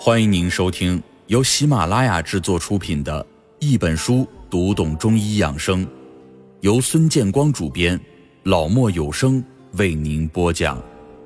欢迎您收听由喜马拉雅制作出品的一本书读懂中医养生，由孙建光主编，老墨有声为您播讲。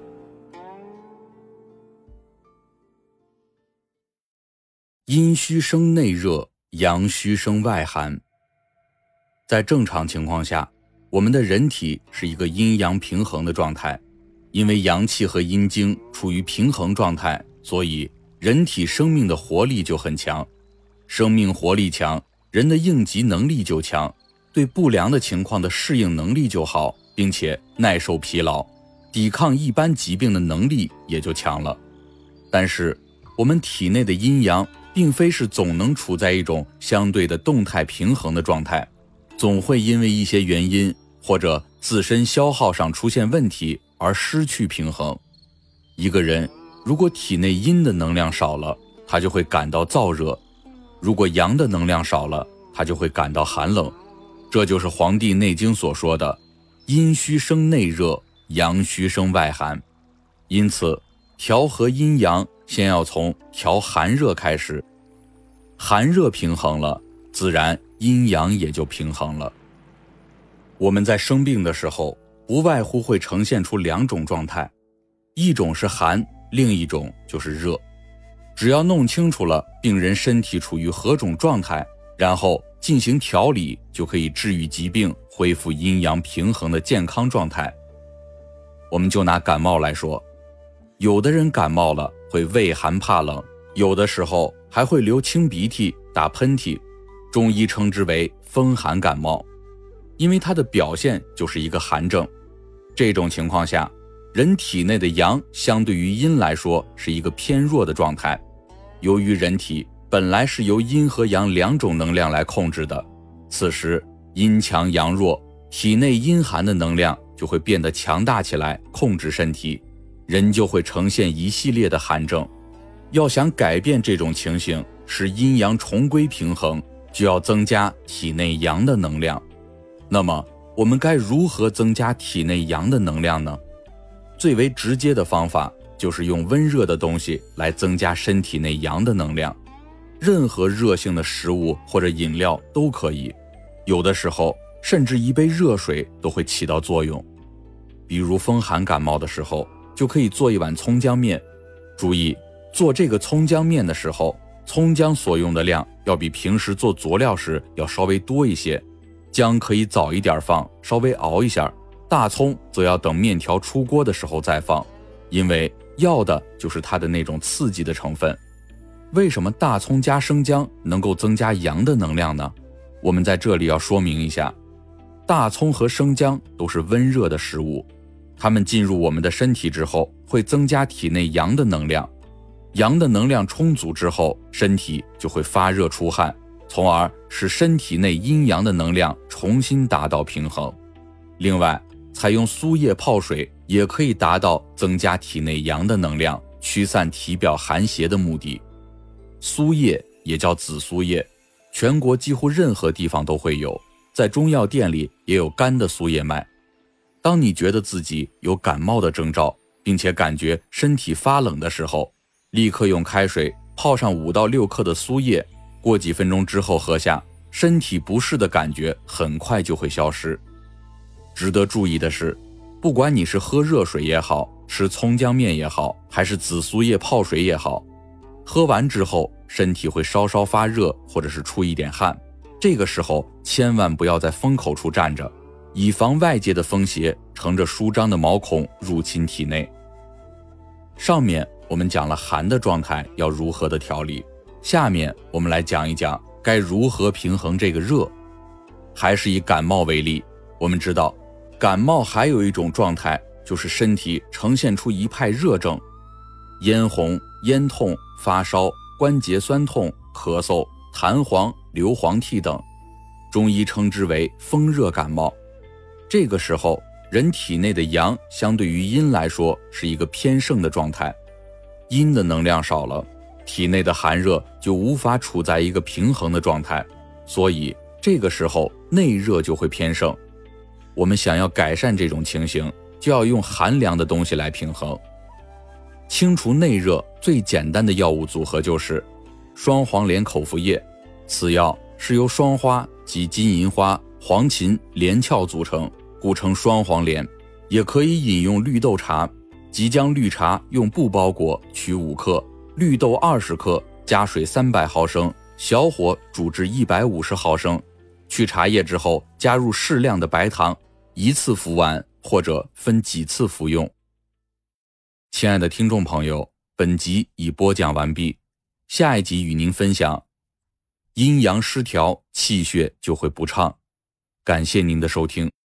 阴虚生内热，阳虚生外寒。在正常情况下，我们的人体是一个阴阳平衡的状态，因为阳气和阴经处于平衡状态，所以人体生命的活力就很强。生命活力强，人的应急能力就强，对不良的情况的适应能力就好，并且耐受疲劳，抵抗一般疾病的能力也就强了。但是我们体内的阴阳并非是总能处在一种相对的动态平衡的状态，总会因为一些原因或者自身消耗上出现问题而失去平衡。一个人如果体内阴的能量少了，他就会感到燥热；如果阳的能量少了，他就会感到寒冷。这就是《黄帝内经》所说的阴虚生内热，阳虚生外寒。因此调和阴阳先要从调寒热开始，寒热平衡了，自然阴阳也就平衡了。我们在生病的时候，不外乎会呈现出两种状态，一种是寒，另一种就是热。只要弄清楚了病人身体处于何种状态，然后进行调理，就可以治愈疾病，恢复阴阳平衡的健康状态。我们就拿感冒来说，有的人感冒了会畏寒怕冷，有的时候还会流清鼻涕、打喷嚏，中医称之为风寒感冒，因为它的表现就是一个寒症。这种情况下，人体内的阳相对于阴来说是一个偏弱的状态。由于人体本来是由阴和阳两种能量来控制的，此时阴强阳弱，体内阴寒的能量就会变得强大起来，控制身体，人就会呈现一系列的寒症。要想改变这种情形，使阴阳重归平衡，就要增加体内阳的能量。那么我们该如何增加体内阳的能量呢？最为直接的方法就是用温热的东西来增加身体内阳的能量。任何热性的食物或者饮料都可以，有的时候甚至一杯热水都会起到作用。比如风寒感冒的时候，就可以做一碗葱姜面。注意，做这个葱姜面的时候，葱姜所用的量要比平时做佐料时要稍微多一些，姜可以早一点放，稍微熬一下，大葱则要等面条出锅的时候再放，因为要的就是它的那种刺激的成分。为什么大葱加生姜能够增加阳的能量呢？我们在这里要说明一下，大葱和生姜都是温热的食物，它们进入我们的身体之后，会增加体内阳的能量。阳的能量充足之后，身体就会发热出汗，从而使身体内阴阳的能量重新达到平衡。另外，采用苏叶泡水也可以达到增加体内阳的能量，驱散体表寒邪的目的。苏叶也叫紫苏叶，全国几乎任何地方都会有，在中药店里也有干的苏叶卖。当你觉得自己有感冒的征兆，并且感觉身体发冷的时候，立刻用开水泡上5到6克的苏叶，过几分钟之后喝下，身体不适的感觉很快就会消失。值得注意的是，不管你是喝热水也好，吃葱姜面也好，还是紫苏叶泡水也好，喝完之后身体会稍稍发热，或者是出一点汗，这个时候千万不要在风口处站着，以防外界的风邪乘着舒张的毛孔入侵体内。上面我们讲了寒的状态要如何的调理，下面我们来讲一讲该如何平衡这个热。还是以感冒为例，我们知道感冒还有一种状态，就是身体呈现出一派热症，咽红、咽痛、发烧、关节酸痛、咳嗽、痰黄、流黄涕等，中医称之为风热感冒。这个时候人体内的阳相对于阴来说是一个偏盛的状态，阴的能量少了，体内的寒热就无法处在一个平衡的状态，所以这个时候内热就会偏盛。我们想要改善这种情形，就要用寒凉的东西来平衡。 清除内热最简单的药物组合就是双黄连口服液，此药是由双花及金银花、黄芩、连翘组成，故称双黄连。也可以饮用绿豆茶，即将绿茶用布包裹，取5克，绿豆20克，加水300毫升，小火煮至150毫升，去茶叶之后加入适量的白糖，一次服完或者分几次服用。亲爱的听众朋友，本集已播讲完毕，下一集与您分享阴阳失调，气血就会不畅。感谢您的收听。